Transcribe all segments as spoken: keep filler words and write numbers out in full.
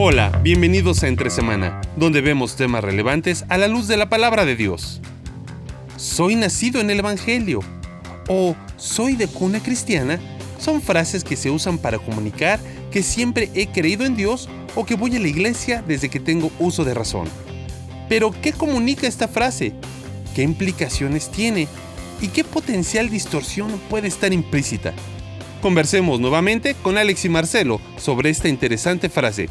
Hola, bienvenidos a Entre Semana, donde vemos temas relevantes a la luz de la palabra de Dios. Soy nacido en el Evangelio o soy de cuna cristiana son frases que se usan para comunicar que siempre he creído en Dios o que voy a la iglesia desde que tengo uso de razón. Pero, ¿qué comunica esta frase? ¿Qué implicaciones tiene? ¿Y qué potencial distorsión puede estar implícita? Conversemos nuevamente con Alex y Marcelo sobre esta interesante frase.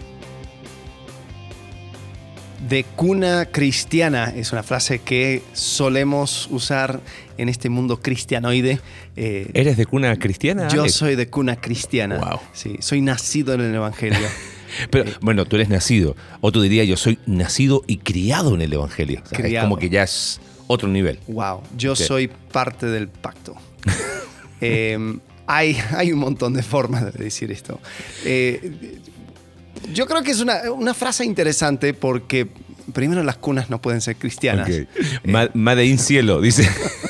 De cuna cristiana es una frase que solemos usar en este mundo cristianoide. Eh, ¿Eres de cuna cristiana, Yo Alex? soy de cuna cristiana. Wow. Sí, soy nacido en el Evangelio. Pero, eh, bueno, tú eres nacido. O tú dirías, yo soy nacido y criado en el Evangelio. O sea, criado. Es como que ya es otro nivel. Wow, yo Sí. soy parte del pacto. eh, hay, hay un montón de formas de decir esto. Eh, Yo creo que es una, una frase interesante porque primero las cunas no pueden ser cristianas. Okay. Eh, Made in cielo, dice.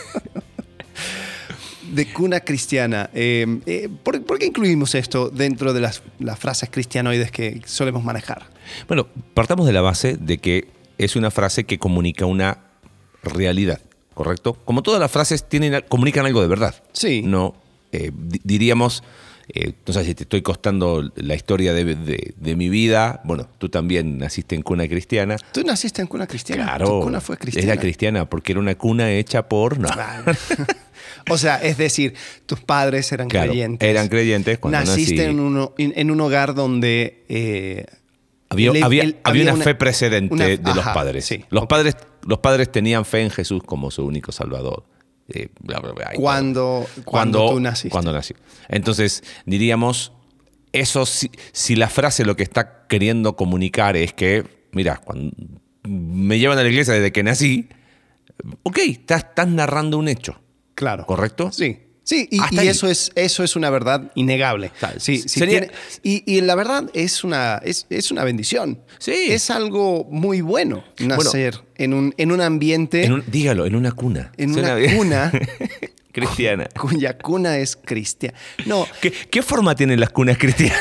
De cuna cristiana. Eh, eh, ¿por, ¿Por qué incluimos esto dentro de las, las frases cristianoides que solemos manejar? Bueno, partamos de la base de que es una frase que comunica una realidad, ¿correcto? Como todas las frases tienen, comunican algo de verdad. Sí. No, eh, diríamos... Eh, no sé si te estoy contando la historia de, de, de mi vida. Bueno, tú también naciste en cuna cristiana. ¿Tú naciste en cuna cristiana? Claro. ¿Tu cuna fue cristiana? Era cristiana porque era una cuna hecha por... No. O sea, es decir, tus padres eran claro, creyentes. eran creyentes cuando Naciste nací. en, uno, en, en un hogar donde... Eh, había, el, había, el, había una, una fe precedente una, de ajá, los padres. Sí, los, okay. padres. Los padres tenían fe en Jesús como su único salvador. Eh, bla, bla, bla, cuando, cuando, cuando tú naciste. Cuando nací. Entonces, diríamos, eso si, si la frase lo que está queriendo comunicar es que, mira, cuando me llevan a la iglesia desde que nací, ok, estás, estás narrando un hecho. Claro. ¿Correcto? Sí. Sí, y, y eso, es, eso es una verdad innegable. Sí, sí Sería... tiene, y, y la verdad es una, es, es una bendición. Sí. Es algo muy bueno nacer bueno, en, un, en un ambiente... En un, dígalo, en una cuna. En una bien. cuna... cristiana. Cuya cuna es cristiana. No. ¿Qué, ¿Qué forma tienen las cunas cristianas?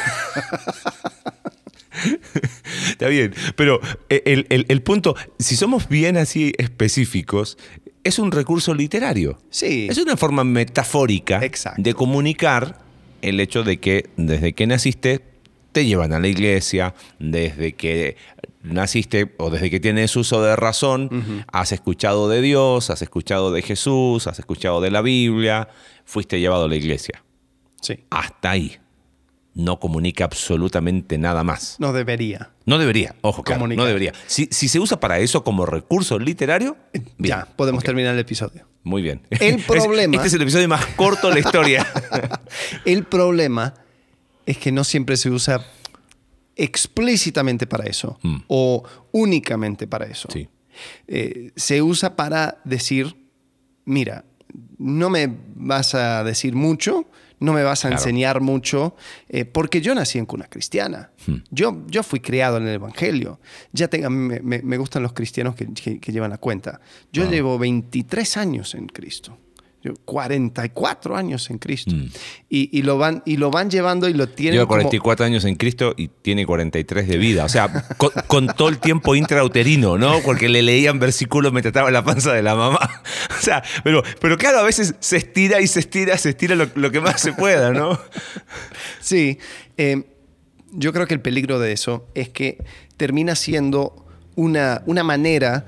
Está bien, pero el, el, el punto, si somos bien así específicos, es un recurso literario. Sí. Es una forma metafórica Exacto. de comunicar el hecho de que desde que naciste te llevan a la iglesia, desde que naciste o desde que tienes uso de razón, uh-huh. has escuchado de Dios, has escuchado de Jesús, has escuchado de la Biblia, fuiste llevado a la iglesia. Sí. Hasta ahí. No comunica absolutamente nada más. No debería. No debería, ojo, claro, no debería. Si, si se usa para eso como recurso literario, bien. Ya, podemos okay. terminar el episodio. Muy bien. El problema... Este es el episodio más corto de la historia. El problema es que no siempre se usa explícitamente para eso mm. o únicamente para eso. Sí. Eh, se usa para decir, mira, no me vas a decir mucho, no me vas a claro. enseñar mucho, eh, porque yo nací en cuna cristiana. Hmm. Yo, yo fui criado en el Evangelio. Ya tenga, me, me, me gustan los cristianos que, que, que llevan la cuenta. Yo ah. llevo veintitrés años en Cristo. Yo cuarenta y cuatro años en Cristo. Hmm. Y, y, lo van, y lo van llevando y lo tienen Lleva cuarenta y cuatro como... años en Cristo y tiene cuarenta y tres de vida. O sea, con, con todo el tiempo intrauterino, ¿no? Porque le leían versículos mientras estaba en la panza de la mamá. O sea, pero, pero claro, a veces se estira y se estira, se estira lo, lo que más se pueda, ¿no? Sí. Eh, yo creo que el peligro de eso es que termina siendo una, una manera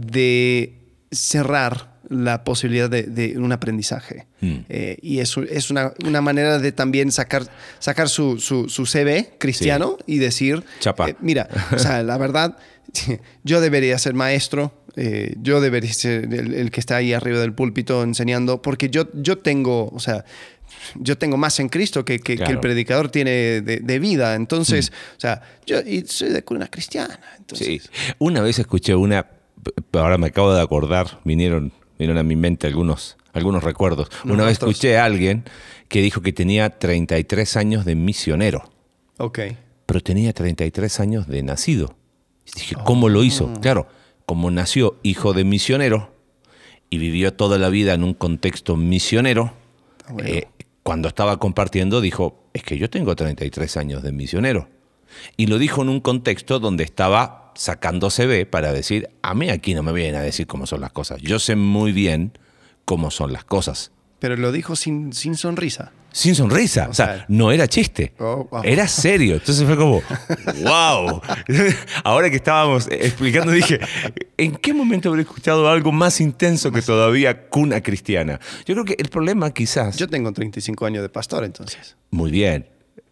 de cerrar la posibilidad de, de un aprendizaje. Mm. Eh, y eso es una, una manera de también sacar, sacar su, su, su C V cristiano sí. y decir, Chapa. Eh, mira, o sea, la verdad, yo debería ser maestro, eh, yo debería ser el, el que está ahí arriba del púlpito enseñando, porque yo, yo tengo, o sea, yo tengo más en Cristo que, que, claro. que el predicador tiene de, de vida. Entonces, mm. o sea, yo y soy de cuna cristiana. Entonces. Sí. Una vez escuché una, ahora me acabo de acordar, vinieron... Vinieron a mi mente algunos, algunos recuerdos. Una Nosotros. vez escuché a alguien que dijo que tenía treinta y tres años de misionero. Ok. Pero tenía treinta y tres años de nacido. Y dije, ¿cómo oh. lo hizo? Claro, como nació hijo de misionero y vivió toda la vida en un contexto misionero, bueno. eh, cuando estaba compartiendo dijo, es que yo tengo treinta y tres años de misionero. Y lo dijo en un contexto donde estaba sacando C V para decir, a mí aquí no me vienen a decir cómo son las cosas. Yo sé muy bien cómo son las cosas. Pero lo dijo sin, sin sonrisa. Sin sonrisa. O sea, no era chiste. Oh, wow. Era serio. Entonces fue como, wow. Ahora que estábamos explicando, dije, ¿en qué momento habré escuchado algo más intenso que todavía cuna cristiana? Yo creo que el problema quizás... Yo tengo treinta y cinco años de pastor, entonces. Muy bien.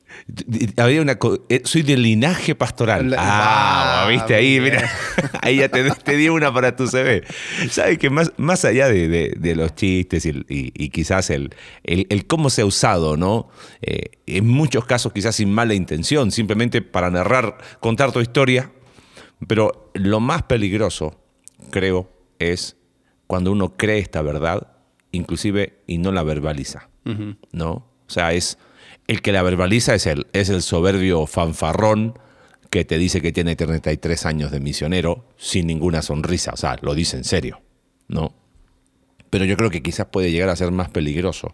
Había una co- soy de linaje pastoral. La- Ah, Ah, viste muy ahí, bien. mira. Ahí ya te, te di una para tu C V. ¿Sabes que más, más allá de, de- de los chistes y, y- y quizás el, el- el cómo se ha usado, ¿no? Eh, en muchos casos quizás sin mala intención, simplemente para narrar, contar tu historia. Pero lo más peligroso, creo, es cuando uno cree esta verdad, inclusive, y no la verbaliza, Ujú. ¿no? O sea, es... El que la verbaliza es el, es el soberbio fanfarrón que te dice que tiene treinta y tres años de misionero sin ninguna sonrisa. O sea, lo dice en serio, ¿no? Pero yo creo que quizás puede llegar a ser más peligroso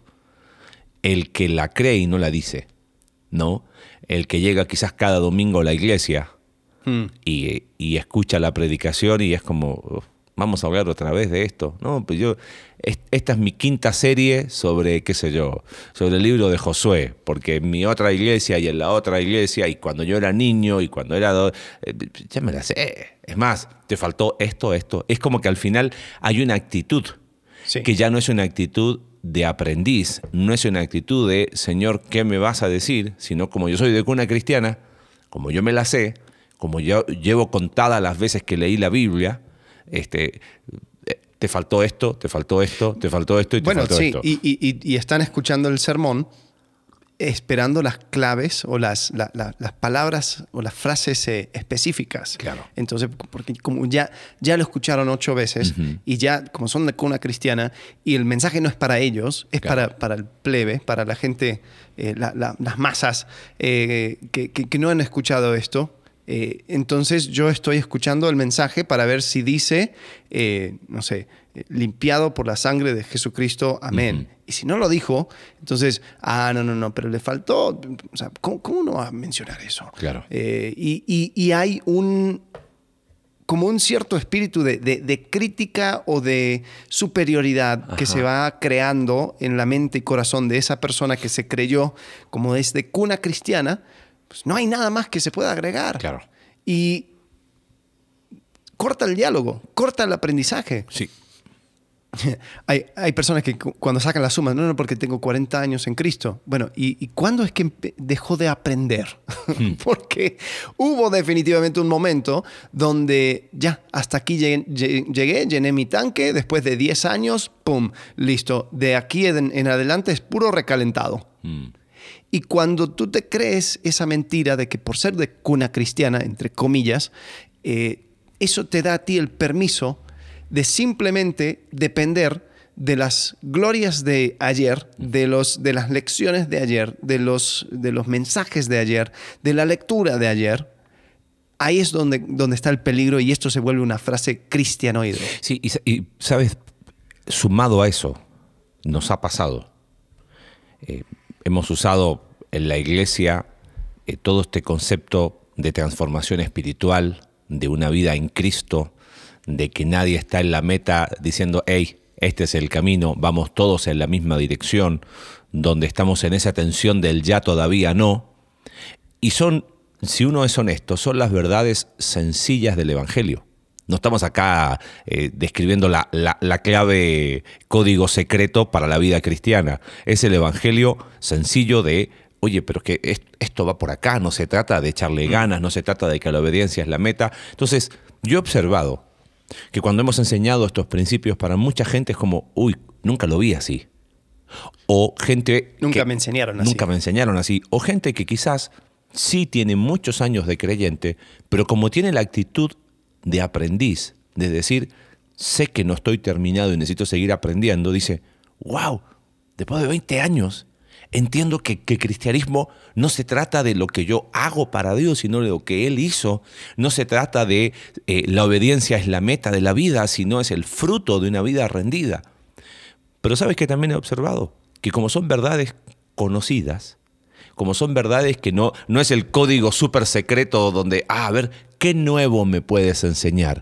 el que la cree y no la dice, ¿no? El que llega quizás cada domingo a la iglesia Hmm. y, y escucha la predicación y es como, "Uf, vamos a hablar otra vez de esto". No, pues yo, es- esta es mi quinta serie sobre, qué sé yo, sobre el libro de Josué, porque en mi otra iglesia y en la otra iglesia, y cuando yo era niño y cuando era... do- eh, ya me la sé. Es más, te faltó esto, esto. Es como que al final hay una actitud Sí. que ya no es una actitud de aprendiz, no es una actitud de, Señor, ¿qué me vas a decir? Sino como yo soy de cuna cristiana, como yo me la sé, como yo llevo contadas las veces que leí la Biblia, este, eh, te faltó esto, te faltó esto, te faltó esto y te Bueno, faltó sí, esto. y, y- y- y están escuchando el sermón esperando las claves o las, la- la- las palabras o las frases eh, específicas. Claro. Entonces, porque como ya, ya lo escucharon ocho veces Ujú. y ya, como son de cuna cristiana, y el mensaje no es para ellos, es Claro. para, para el plebe, para la gente, eh, la- la- las masas eh, que, que- que no han escuchado esto. Eh, entonces yo estoy escuchando el mensaje para ver si dice, eh, no sé, eh, limpiado por la sangre de Jesucristo, amén. Ujú. Y si no lo dijo, entonces, ah, no, no, no, pero le faltó, o sea, ¿cómo, cómo no va a mencionar eso? Claro. Eh, y, y- y hay un, como un cierto espíritu de, de- de crítica o de superioridad que Ajá. se va creando en la mente y corazón de esa persona que se creyó como es de cuna cristiana. Pues no hay nada más que se pueda agregar. Claro. Y corta el diálogo, corta el aprendizaje. Sí. Hay, hay personas que cu- cuando sacan la suma, no, no, porque tengo cuarenta años en Cristo. Bueno, ¿y, y cuándo es que empe- dejó de aprender? Porque hubo definitivamente un momento donde ya, hasta aquí llegué, lle- llegué, llené mi tanque, después de diez años, ¡pum!, listo. De aquí en, en adelante es puro recalentado. Mm. Y cuando tú te crees esa mentira de que por ser de cuna cristiana, entre comillas, eh, eso te da a ti el permiso de simplemente depender de las glorias de ayer, de, los, de las lecciones de ayer, de los, de los mensajes de ayer, de la lectura de ayer. Ahí es donde, donde está el peligro y esto se vuelve una frase cristianoide. Sí, y, sa- y, sabes, sumado a eso, nos ha pasado. Eh, hemos usado en la iglesia eh, todo este concepto de transformación espiritual, de una vida en Cristo, de que nadie está en la meta diciendo, hey, este es el camino, vamos todos en la misma dirección, donde estamos en esa tensión del ya todavía no. Y son, si uno es honesto, son las verdades sencillas del Evangelio. No estamos acá eh, describiendo la, la, la clave código secreto para la vida cristiana. Es el Evangelio sencillo de, oye, pero es que es- esto va por acá, no se trata de echarle ganas, no se trata de que la obediencia es la meta. Entonces, yo he observado que cuando hemos enseñado estos principios para mucha gente es como, uy, nunca lo vi así. O gente... Nunca que- me enseñaron así. Nunca me enseñaron así. O gente que quizás sí tiene muchos años de creyente, pero como tiene la actitud de aprendiz, de decir, sé que no estoy terminado y necesito seguir aprendiendo, dice, wow, después de veinte años, entiendo que, que cristianismo no se trata de lo que yo hago para Dios, sino de lo que Él hizo. No se trata de eh, la obediencia es la meta de la vida, sino es el fruto de una vida rendida. Pero ¿sabes qué también he observado? Que como son verdades conocidas, como son verdades que no, no es el código súper secreto donde, ah, a ver, ¿qué nuevo me puedes enseñar?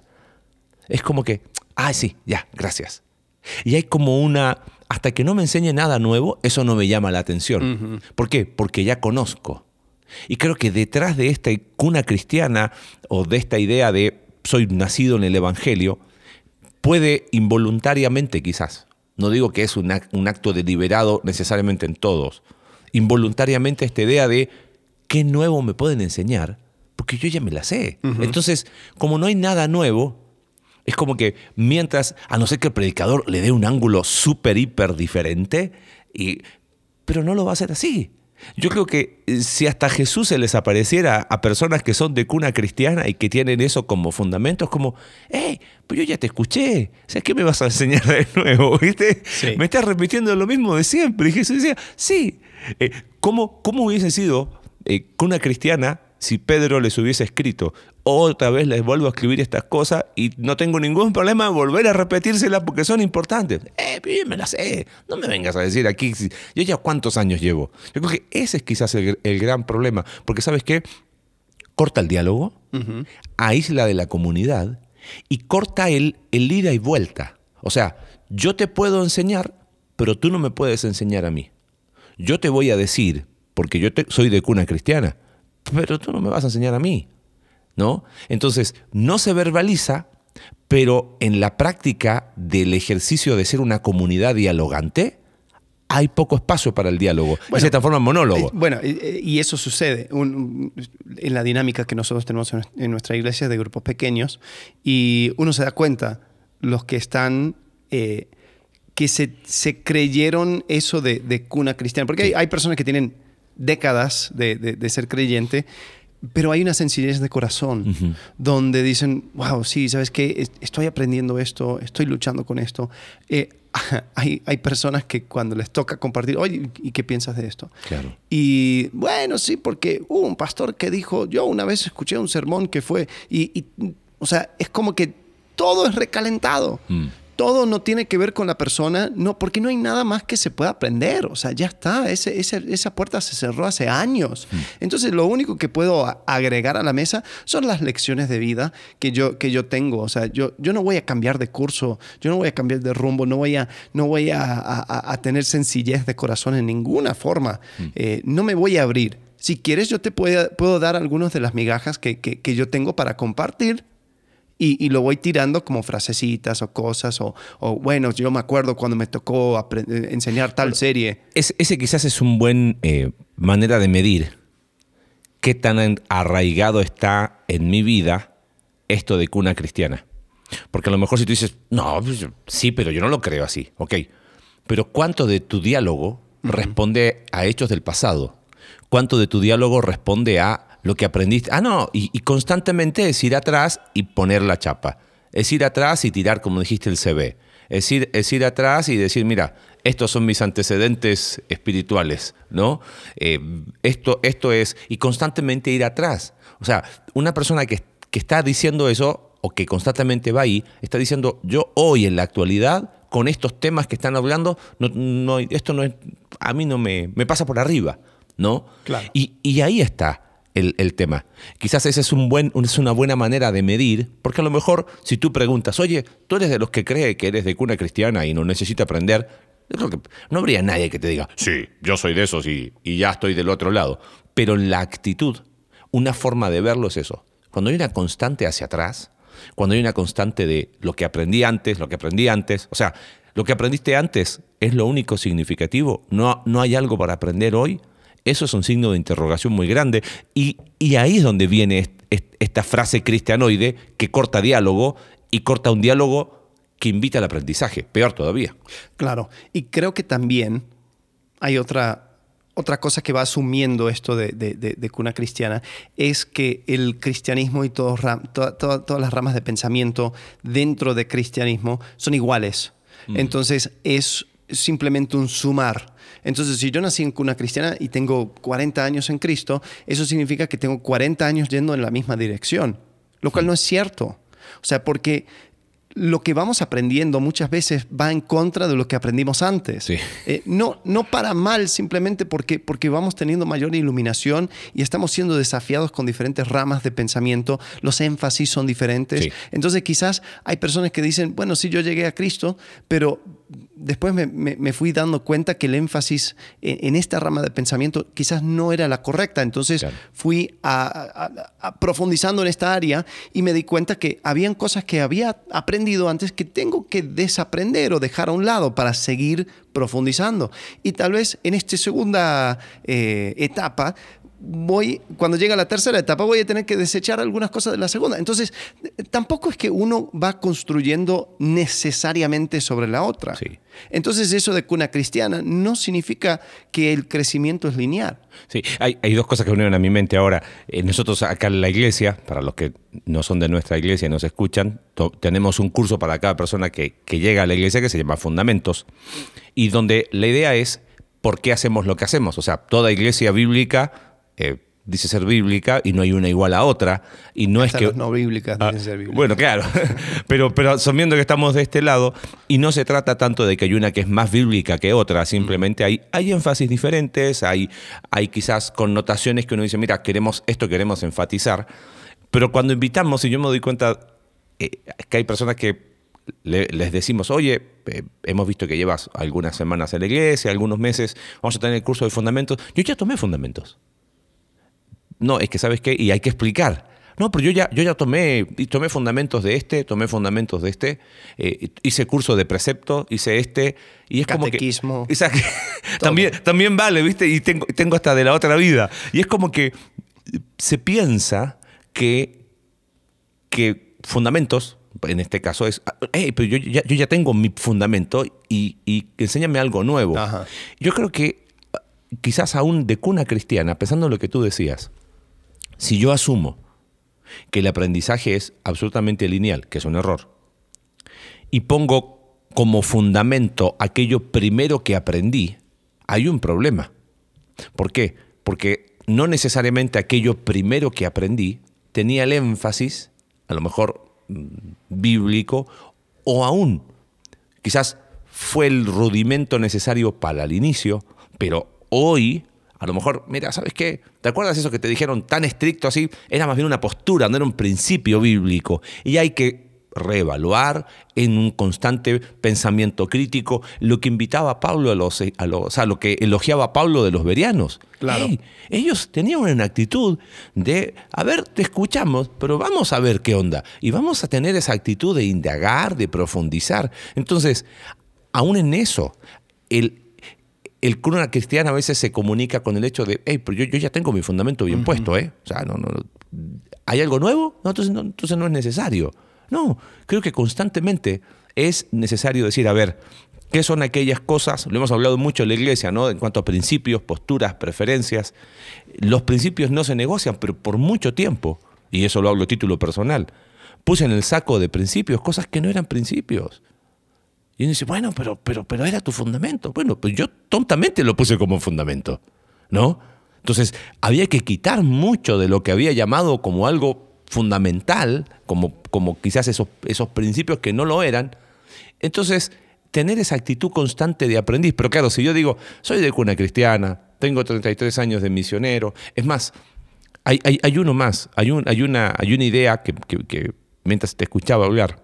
Es como que, ah, sí, ya, gracias. Y hay como una, hasta que no me enseñe nada nuevo, eso no me llama la atención. Uh-huh. ¿Por qué? Porque ya conozco. Y creo que detrás de esta cuna cristiana o de esta idea de soy nacido en el Evangelio, puede involuntariamente quizás, no digo que es un acto deliberado necesariamente en todos, involuntariamente esta idea de ¿qué nuevo me pueden enseñar? Porque yo ya me la sé. Uh-huh. Entonces, como no hay nada nuevo, es como que mientras, a no ser que el predicador le dé un ángulo súper, hiper diferente, y, pero no lo va a hacer así. Yo creo que si hasta Jesús se les apareciera a personas que son de cuna cristiana y que tienen eso como fundamento, es como, hey, pues yo ya te escuché, o sea, ¿qué me vas a enseñar de nuevo? ¿Viste? Sí. Me estás repitiendo lo mismo de siempre. Y Jesús decía, sí, eh, ¿cómo, ¿cómo hubiese sido eh, cuna cristiana si Pedro les hubiese escrito? Otra vez les vuelvo a escribir estas cosas y no tengo ningún problema en volver a repetírselas porque son importantes. Eh, yo me las sé. No me vengas a decir aquí, yo ya cuántos años llevo. Yo creo que ese es quizás el, el gran problema. Porque ¿sabes qué? Corta el diálogo, uh-huh. aísla de la comunidad y corta el, el ida y vuelta. O sea, yo te puedo enseñar, pero tú no me puedes enseñar a mí. Yo te voy a decir, porque yo te, soy de cuna cristiana, pero tú no me vas a enseñar a mí, ¿no? Entonces, no se verbaliza, pero en la práctica del ejercicio de ser una comunidad dialogante, hay poco espacio para el diálogo. Bueno, y se transforma en monólogo. Eh, bueno, eh, y eso sucede un, un, en la dinámica que nosotros tenemos en, en nuestra iglesia de grupos pequeños, y uno se da cuenta, los que están... Eh, que se, se creyeron eso de, de cuna cristiana. Porque sí. hay, hay personas que tienen décadas de, de, de ser creyente, pero hay una sencillez de corazón, uh-huh. donde dicen, wow, sí, ¿sabes qué? Estoy aprendiendo esto, estoy luchando con esto. Eh, hay, hay personas que cuando les toca compartir, oye, ¿y qué piensas de esto? Claro. Y bueno, sí, porque hubo un pastor que dijo, yo una vez escuché un sermón que fue, y, y o sea, es como que todo es recalentado. Mm. Todo no tiene que ver con la persona, no, porque no hay nada más que se pueda aprender. O sea, ya está, ese, ese, esa puerta se cerró hace años. Mm. Entonces, lo único que puedo agregar a la mesa son las lecciones de vida que yo, que yo tengo. O sea, yo, yo no voy a cambiar de curso, yo no voy a cambiar de rumbo, no voy a, no voy a, a, a tener sencillez de corazón en ninguna forma. Mm. Eh, no me voy a abrir. Si quieres, yo te puedo, puedo dar algunas de las migajas que, que, que yo tengo para compartir. Y, y lo voy tirando como frasecitas o cosas. O, o bueno, yo me acuerdo cuando me tocó aprender, enseñar tal bueno, serie. Es, ese quizás es un buen eh, manera de medir qué tan arraigado está en mi vida esto de cuna cristiana. Porque a lo mejor si tú dices, no, pues, sí, pero yo no lo creo así. Ok, pero ¿cuánto de tu diálogo uh-huh. responde a hechos del pasado? ¿Cuánto de tu diálogo responde a lo que aprendiste? Ah, no, y, y constantemente es ir atrás y poner la chapa. Es ir atrás y tirar, como dijiste, el C V. Es ir, es ir atrás y decir, mira, estos son mis antecedentes espirituales, ¿no? Eh, esto, esto es... Y constantemente ir atrás. O sea, una persona que, que está diciendo eso, o que constantemente va ahí, está diciendo, yo hoy en la actualidad, con estos temas que están hablando, no, no, esto no es... A mí no me... Me pasa por arriba, ¿no? Claro. Y, y ahí está el, el tema. Quizás esa es, un buen, es una buena manera de medir, porque a lo mejor si tú preguntas, oye, tú eres de los que cree que eres de cuna cristiana y no necesita aprender, yo creo que no habría nadie que te diga, sí, yo soy de esos y, y ya estoy del otro lado. Pero la actitud, una forma de verlo es eso. Cuando hay una constante hacia atrás, cuando hay una constante de lo que aprendí antes, lo que aprendí antes, o sea, lo que aprendiste antes es lo único significativo, no, no hay algo para aprender hoy. Eso es un signo de interrogación muy grande. Y, y ahí es donde viene est, est, esta frase cristianoide que corta diálogo y corta un diálogo que invita al aprendizaje. Peor todavía. Claro. Y creo que también hay otra, otra cosa que va asumiendo esto de, de, de, de cuna cristiana, es que el cristianismo y todos, to, to, todas las ramas de pensamiento dentro del cristianismo son iguales. Mm. Entonces es simplemente un sumar. Entonces, si yo nací en cuna cristiana y tengo cuarenta años en Cristo, eso significa que tengo cuarenta años yendo en la misma dirección, lo cual no es cierto. O sea, porque lo que vamos aprendiendo muchas veces va en contra de lo que aprendimos antes. Sí. Eh, no, no para mal, simplemente porque, porque vamos teniendo mayor iluminación y estamos siendo desafiados con diferentes ramas de pensamiento. Los énfasis son diferentes. Sí. Entonces quizás hay personas que dicen, bueno, sí, yo llegué a Cristo, pero después me, me, me fui dando cuenta que el énfasis en, en esta rama de pensamiento quizás no era la correcta. Entonces Claro. fui a, a, a profundizando en esta área y me di cuenta que habían cosas que había aprendido antes que tengo que desaprender o dejar a un lado para seguir profundizando. Y tal vez en esta segunda eh, etapa, voy, cuando llega la tercera etapa, voy a tener que desechar algunas cosas de la segunda. Entonces, tampoco es que uno va construyendo necesariamente sobre la otra. Sí. Entonces, eso de cuna cristiana no significa que el crecimiento es lineal. Sí, hay, hay dos cosas que vinieron a mi mente ahora. Eh, nosotros acá en la iglesia, para los que no son de nuestra iglesia y nos escuchan, to- tenemos un curso para cada persona que, que llega a la iglesia que se llama Fundamentos, y donde la idea es por qué hacemos lo que hacemos. O sea, toda iglesia bíblica eh, dice ser bíblica y no hay una igual a otra. Y no Hasta es que las no bíblicas Ah, dicen ser bíblicas. bueno, claro, pero, pero asumiendo que estamos de este lado, y no se trata tanto de que hay una que es más bíblica que otra, simplemente hay, hay énfasis diferentes, hay, hay quizás connotaciones que uno dice, mira, queremos esto, queremos enfatizar, pero cuando invitamos, y yo me doy cuenta eh, que hay personas que le- les decimos, oye, eh, hemos visto que llevas algunas semanas en la iglesia, algunos meses, vamos a tener el curso de fundamentos, yo ya tomé fundamentos. No, es que ¿sabes qué? Y hay que explicar. No, pero yo ya, yo ya tomé, y tomé fundamentos de este, tomé fundamentos de este, eh, hice curso de precepto, hice este, y es Catequismo. como que... Exacto. también, también vale, ¿viste? Y tengo, tengo hasta de la otra vida. Y es como que se piensa que, que fundamentos, en este caso es, hey, pero yo ya, yo ya tengo mi fundamento y, y enséñame algo nuevo. Ajá. Yo creo que quizás aún de cuna cristiana, pensando en lo que tú decías, si yo asumo que el aprendizaje es absolutamente lineal, que es un error, y pongo como fundamento aquello primero que aprendí, hay un problema. ¿Por qué? Porque no necesariamente aquello primero que aprendí tenía el énfasis, a lo mejor mm, bíblico, o aún quizás fue el rudimento necesario para el inicio, pero hoy, a lo mejor, mira, ¿sabes qué? ¿Te acuerdas eso que te dijeron tan estricto así? Era más bien una postura, no era un principio bíblico. Y hay que reevaluar en un constante pensamiento crítico lo que invitaba a Pablo a los, a los o sea, lo que elogiaba a Pablo de los bereanos. Claro. Hey, ellos tenían una actitud de, a ver, te escuchamos, pero vamos a ver qué onda. Y vamos a tener esa actitud de indagar, de profundizar. Entonces, aún en eso, el El cuna cristiana a veces se comunica con el hecho de, hey, pero yo, yo ya tengo mi fundamento bien uh-huh. puesto, ¿eh? O sea, no, no, ¿hay algo nuevo? No, entonces, no, entonces no es necesario. No, creo que constantemente es necesario decir, a ver, ¿qué son aquellas cosas? Lo hemos hablado mucho en la iglesia, ¿no? En cuanto a principios, posturas, preferencias. Los principios no se negocian, pero por mucho tiempo, y eso lo hablo a título personal, puse en el saco de principios cosas que no eran principios. Y uno dice, bueno, pero, pero, pero era tu fundamento. Bueno, pues yo tontamente lo puse como fundamento, ¿no? Entonces, había que quitar mucho de lo que había llamado como algo fundamental, como, como quizás esos, esos principios que no lo eran. Entonces, tener esa actitud constante de aprendiz. Pero claro, si yo digo, soy de cuna cristiana, tengo treinta y tres años de misionero, es más, hay, hay, hay uno más, hay, un, hay, una, hay una idea que, que, que mientras te escuchaba hablar,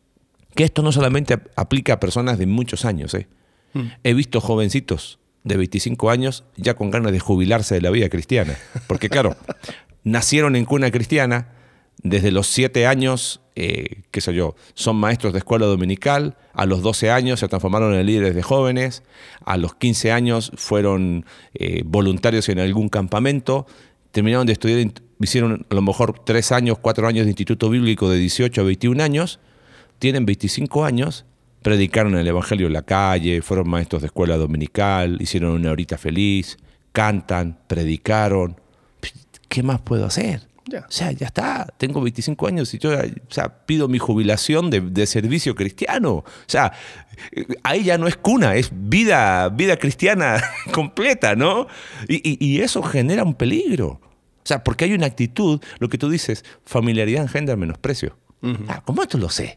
que esto no solamente aplica a personas de muchos años. ¿eh? Mm. He visto jovencitos de veinticinco años ya con ganas de jubilarse de la vida cristiana. Porque claro, nacieron en cuna cristiana, desde los siete años, eh, qué sé yo, son maestros de escuela dominical, a los doce años se transformaron en líderes de jóvenes, a los quince años fueron eh, voluntarios en algún campamento, terminaron de estudiar, hicieron a lo mejor tres años, cuatro años de instituto bíblico de dieciocho a veintiún años, tienen veinticinco años, predicaron el evangelio en la calle, fueron maestros de escuela dominical, hicieron una horita feliz, cantan, predicaron. ¿Qué más puedo hacer? Yeah. O sea, ya está, tengo veinticinco años y yo o sea, pido mi jubilación de, de servicio cristiano. O sea, ahí ya no es cuna, es vida, vida cristiana completa, ¿no? Y, y, y eso genera un peligro. O sea, porque hay una actitud, lo que tú dices, familiaridad engendra menosprecio. Uh-huh. Ah, ¿cómo esto lo sé?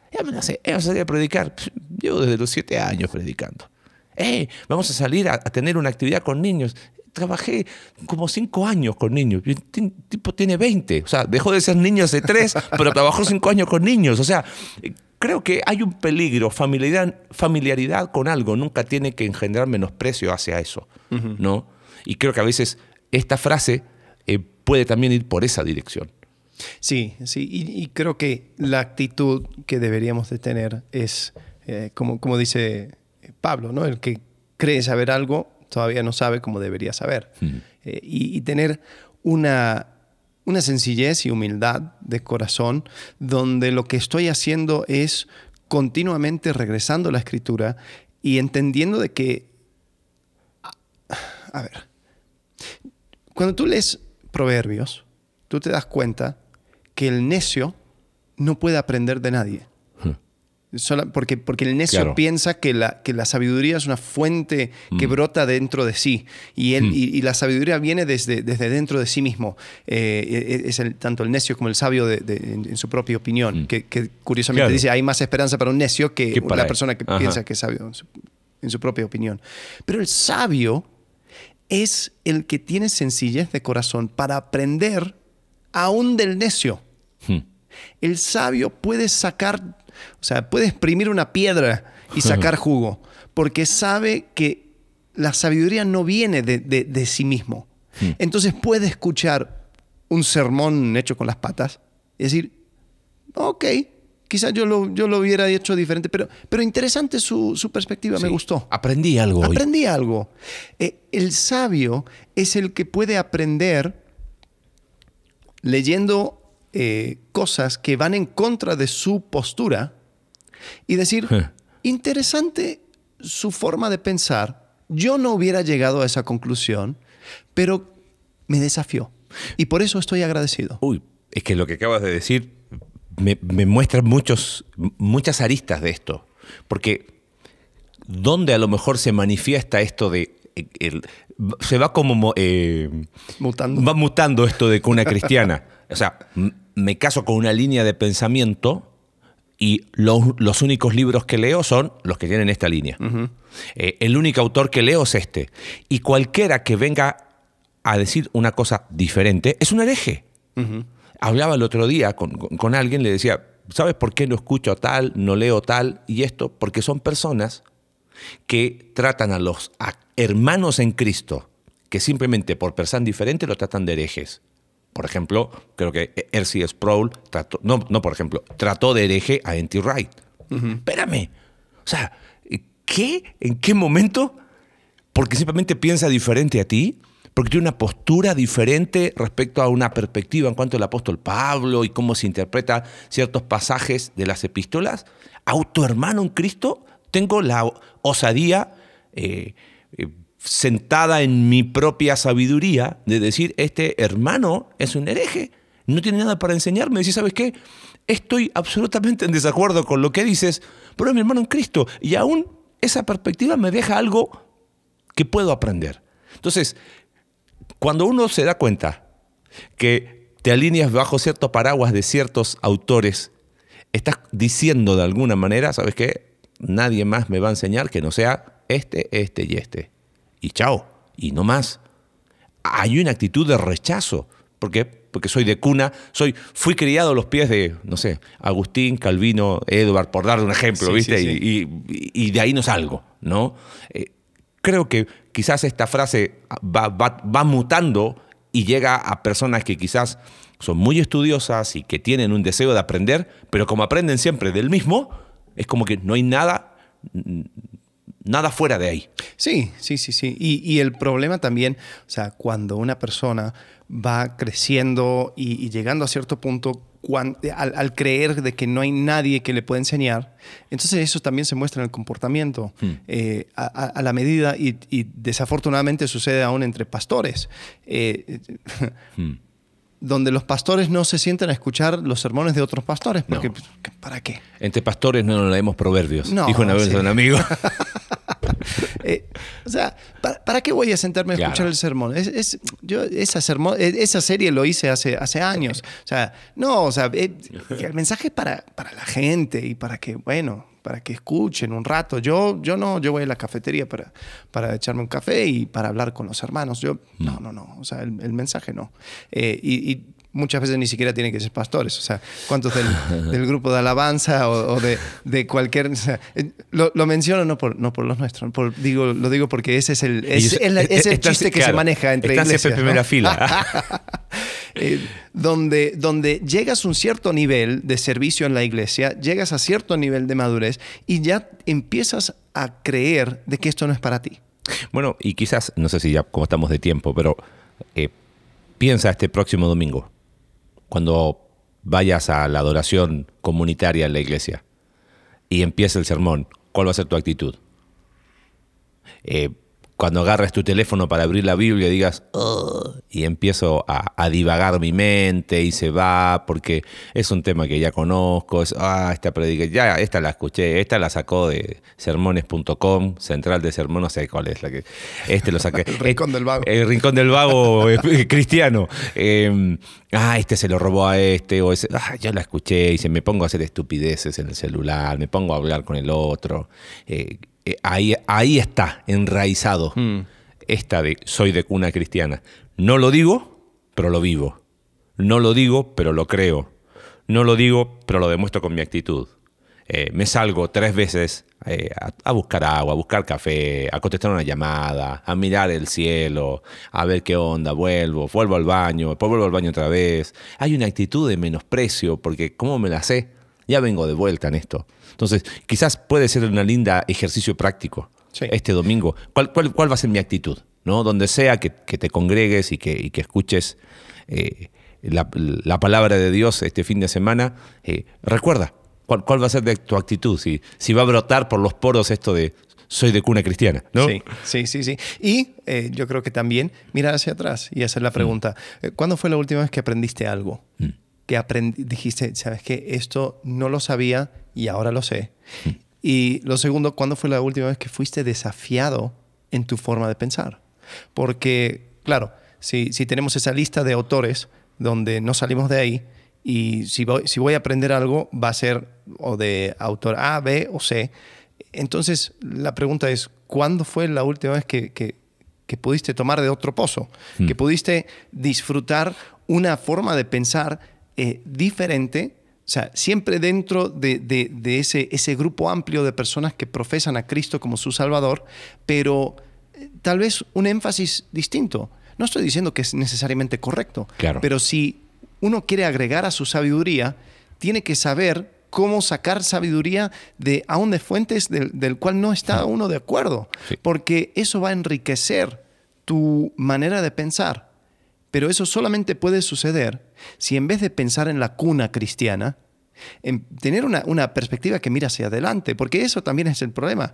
Ya me nace, eh, vamos a salir a predicar. Llevo desde los siete años predicando. Eh, vamos a salir a, a tener una actividad con niños. Trabajé como cinco años con niños. El tipo tiene veinte. O sea, dejó de ser niño hace tres, pero trabajó cinco años con niños. O sea, creo que hay un peligro. Familiaridad, familiaridad con algo nunca tiene que engendrar menosprecio hacia eso, uh-huh. ¿no? Y creo que a veces esta frase eh, puede también ir por esa dirección. Sí, sí. Y, y creo que la actitud que deberíamos de tener es, eh, como, como dice Pablo, ¿no? El que cree saber algo todavía no sabe como debería saber. Uh-huh. Eh, y, y tener una, una sencillez y humildad de corazón donde lo que estoy haciendo es continuamente regresando a la Escritura y entendiendo de que, a, a ver, cuando tú lees Proverbios, tú te das cuenta que el necio no puede aprender de nadie. Solo porque, porque el necio claro. piensa que la, que la sabiduría es una fuente que mm. brota dentro de sí y, él, mm. y, y la sabiduría viene desde, desde dentro de sí mismo. Eh, es el, tanto el necio como el sabio de, de, en, en su propia opinión, mm. que, que curiosamente claro. dice hay más esperanza para un necio que la él? persona que Ajá. piensa que es sabio en su, en su propia opinión. Pero el sabio es el que tiene sencillez de corazón para aprender aún del necio. Mm. El sabio puede sacar... O sea, puede exprimir una piedra y sacar jugo, porque sabe que la sabiduría no viene de, de, de sí mismo. Entonces puede escuchar un sermón hecho con las patas y decir, ok, quizás yo lo, yo lo hubiera hecho diferente, pero, pero interesante su, su perspectiva, sí, me gustó. Aprendí algo. Aprendí hoy. algo. Eh, el sabio es el que puede aprender leyendo Eh, cosas que van en contra de su postura y decir, eh. interesante su forma de pensar. Yo no hubiera llegado a esa conclusión, pero me desafió. Y por eso estoy agradecido. Uy, es que lo que acabas de decir me, me muestra muchos, muchas aristas de esto. Porque ¿dónde a lo mejor se manifiesta esto de... El, se va como... Eh, mutando. Va mutando esto de cuna cristiana. O sea... me caso con una línea de pensamiento y los, los únicos libros que leo son los que tienen esta línea. Uh-huh. Eh, el único autor que leo es este. Y cualquiera que venga a decir una cosa diferente es un hereje. Uh-huh. Hablaba el otro día con, con, con alguien, le decía, ¿sabes por qué no escucho tal, no leo tal y esto? Porque son personas que tratan a los a hermanos en Cristo, que simplemente por pensar diferente lo tratan de herejes. Por ejemplo, creo que R C Sproul trató, no, no por ejemplo, trató de hereje a N T Wright. Uh-huh. Espérame. O sea, ¿qué? ¿En qué momento? Porque simplemente piensa diferente a ti, porque tiene una postura diferente respecto a una perspectiva en cuanto al apóstol Pablo y cómo se interpreta ciertos pasajes de las epístolas. A tu hermano en Cristo tengo la osadía eh, eh, sentada en mi propia sabiduría de decir, este hermano es un hereje, no tiene nada para enseñarme. Decir, ¿sabes qué? Estoy absolutamente en desacuerdo con lo que dices, pero es mi hermano en Cristo. Y aún esa perspectiva me deja algo que puedo aprender. Entonces, cuando uno se da cuenta que te alineas bajo cierto paraguas de ciertos autores, estás diciendo de alguna manera, ¿sabes qué? Nadie más me va a enseñar que no sea este, este y este. Y chao, y no más. Hay una actitud de rechazo. ¿Por qué? Porque soy de cuna, soy, fui criado a los pies de, no sé, Agustín, Calvino, Edward, por dar un ejemplo, sí, ¿viste? Sí, sí. Y, y, y de ahí no salgo, ¿no? Eh, creo que quizás esta frase va, va, va mutando y llega a personas que quizás son muy estudiosas y que tienen un deseo de aprender, pero como aprenden siempre del mismo, es como que no hay nada... Nada fuera de ahí. Sí, sí, sí, sí. Y, y el problema también, o sea, cuando una persona va creciendo y, y llegando a cierto punto, cuando, al, al creer de que no hay nadie que le pueda enseñar, entonces eso también se muestra en el comportamiento. Hmm. Eh, a, a la medida, y, y desafortunadamente sucede aún entre pastores, eh, hmm. donde los pastores no se sientan a escuchar los sermones de otros pastores. Porque, no. ¿para qué? Entre pastores no leemos proverbios, no, dijo una vez sí. un amigo. Eh, o sea, ¿para, ¿para qué voy a sentarme a escuchar Claro. el sermón? Es, es- yo esa, sermón, eh, esa serie lo hice hace, hace años. O sea, no, o sea, eh, el mensaje es para, para la gente y para que, bueno, para que escuchen un rato. Yo, yo no, yo voy a la cafetería para, para echarme un café y para hablar con los hermanos. Yo, no, no, no. O sea, el, el mensaje no. Eh, y, y muchas veces ni siquiera tienen que ser pastores. O sea, ¿cuántos del, del grupo de alabanza o, o de, de cualquier... O sea, eh, lo, lo menciono no por, no por los nuestros. Por, digo, lo digo porque ese es el, es, Ellos- es la- es el están- chiste que claro, se maneja entre están iglesias. siempre en primera ¿no? fila. Eh, donde, donde llegas a un cierto nivel de servicio en la iglesia, llegas a cierto nivel de madurez y ya empiezas a creer de que esto no es para ti. Bueno, y quizás, no sé si ya como estamos de tiempo, pero eh, piensa este próximo domingo, cuando vayas a la adoración comunitaria en la iglesia y empiece el sermón, ¿cuál va a ser tu actitud? Eh, cuando agarres tu teléfono para abrir la Biblia y digas, "Ugh", y empiezo a, a divagar mi mente y se va porque es un tema que ya conozco, es, ah, esta predica, ya, esta la escuché, esta la sacó de sermones punto com, central de sermón, no sé cuál es la que, este lo saqué. El Rincón del Vago. El Rincón del Vago eh, cristiano. Eh, ah, este se lo robó a este, o ese, ah, yo la escuché y se me pongo a hacer estupideces en el celular, me pongo a hablar con el otro. Eh, eh, ahí, ahí está, enraizado, Mm. esta de soy de cuna cristiana. No lo digo, pero lo vivo. No lo digo, pero lo creo. No lo digo, pero lo demuestro con mi actitud. Eh, me salgo tres veces eh, a, a buscar agua, a buscar café, a contestar una llamada, a mirar el cielo, a ver qué onda, vuelvo, vuelvo al baño, después vuelvo al baño otra vez. Hay una actitud de menosprecio, porque ¿cómo me la sé? Ya vengo de vuelta en esto. Entonces, quizás puede ser un linda ejercicio práctico Sí. este domingo. ¿Cuál, cuál, cuál va a ser mi actitud? ¿No? Donde sea que, que te congregues y que, y que escuches eh, la, la palabra de Dios este fin de semana, eh, recuerda, ¿cuál, ¿cuál va a ser de tu actitud? Si, si va a brotar por los poros esto de soy de cuna cristiana, ¿no? Sí, sí, sí, sí. Y eh, yo creo que también mirar hacia atrás y hacer la pregunta, eh, ¿cuándo fue la última vez que aprendiste algo? Mm. Que aprendi- dijiste, ¿sabes qué? Esto no lo sabía y ahora lo sé. Y lo segundo, ¿cuándo fue la última vez que fuiste desafiado en tu forma de pensar? Porque, claro, si, si tenemos esa lista de autores donde no salimos de ahí y si voy, si voy a aprender algo va a ser o de autor A, B o C, entonces la pregunta es, ¿cuándo fue la última vez que, que, que pudiste tomar de otro pozo? Hmm. Que pudiste disfrutar una forma de pensar eh, diferente, o sea, siempre dentro de, de, de ese, ese grupo amplio de personas que profesan a Cristo como su Salvador, pero eh, tal vez un énfasis distinto. No estoy diciendo que es necesariamente correcto, Claro. pero si uno quiere agregar a su sabiduría, tiene que saber cómo sacar sabiduría de aún de fuentes del, del cual no está uno de acuerdo, Sí. porque eso va a enriquecer tu manera de pensar. Pero eso solamente puede suceder si en vez de pensar en la cuna cristiana, en tener una, una perspectiva que mira hacia adelante, porque eso también es el problema.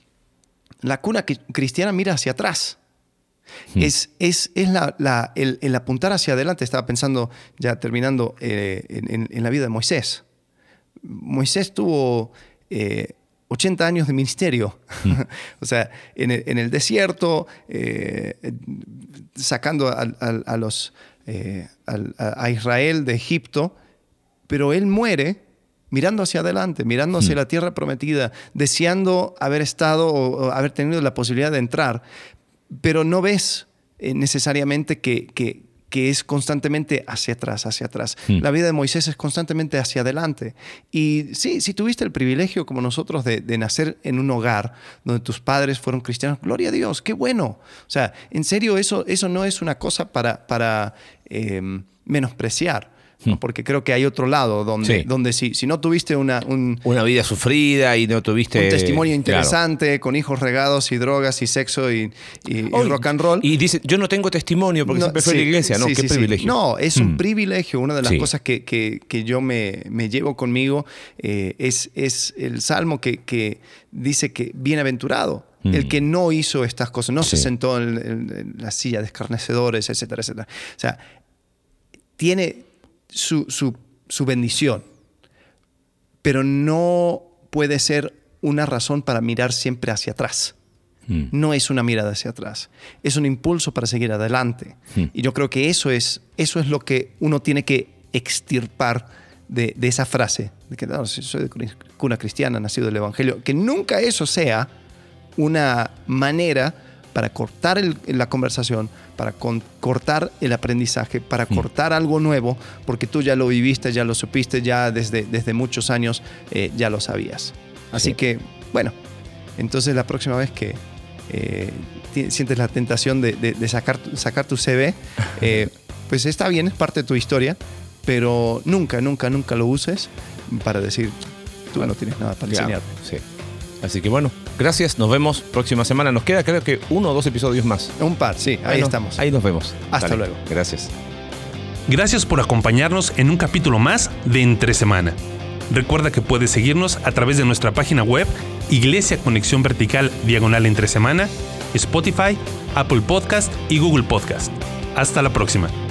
La cuna cri- cristiana mira hacia atrás. Hmm. Es, es, es la, la- el, el apuntar hacia adelante. Estaba pensando, ya terminando, eh, en, en- en la vida de Moisés. Moisés tuvo eh, ochenta años de ministerio. O sea, en el, en el desierto, eh, sacando a, a- a los, eh, al- a, a Israel de Egipto, pero él muere mirando hacia adelante, mirando hacia Hmm. la tierra prometida, deseando haber estado o, o haber tenido la posibilidad de entrar, pero no ves eh, necesariamente que, que, que es constantemente hacia atrás, hacia atrás. Hmm. La vida de Moisés es constantemente hacia adelante. Y sí, si tuviste el privilegio como nosotros de, de nacer en un hogar donde tus padres fueron cristianos, gloria a Dios, qué bueno. O sea, en serio, eso, eso no es una cosa para, para eh, menospreciar. ¿no? Porque creo que hay otro lado donde, Sí. donde si, si no tuviste una, un, Una vida sufrida y no tuviste... un testimonio claro. interesante con hijos regados y drogas y sexo y, y- y Oh, rock and roll. Y dice, yo no tengo testimonio porque No, siempre fui a la sí, iglesia. No, sí, qué sí, sí. privilegio. No, es un Mm. privilegio. Una de las Sí. cosas que, que- que yo me, me llevo conmigo eh, es, es el salmo que, que dice que bienaventurado Mm. el que no hizo estas cosas, no se Sí. sentó en, en- en la silla de escarnecedores, etcétera, etcétera. O sea, tiene su, su, su bendición, pero no puede ser una razón para mirar siempre hacia atrás. Mm. No es una mirada hacia atrás. Es un impulso para seguir adelante. Mm. Y yo creo que eso es, eso es lo que uno tiene que extirpar de, de esa frase. De que no, soy de cuna cristiana, nacido del Evangelio. Que nunca eso sea una manera para cortar el, la conversación, para con, cortar el aprendizaje, para mm. cortar algo nuevo, porque tú ya lo viviste, ya lo supiste, ya desde, desde muchos años eh, ya lo sabías. Así sí. que, bueno, entonces la próxima vez que eh, t- sientes la tentación de, de, de sacar, sacar tu C V, eh, pues está bien, es parte de tu historia, pero nunca, nunca, nunca lo uses para decir, tú no tienes nada para enseñar. Sí. Así que bueno, gracias, nos vemos próxima semana. Nos queda creo que uno o dos episodios más. Un par, sí, ahí bueno, estamos. Ahí nos vemos. Hasta Dale, luego. Gracias. Gracias por acompañarnos en un capítulo más de Entre Semana. Recuerda que puedes seguirnos a través de nuestra página web, Iglesia Conexión Vertical Diagonal Entre Semana, Spotify, Apple Podcast y Google Podcast. Hasta la próxima.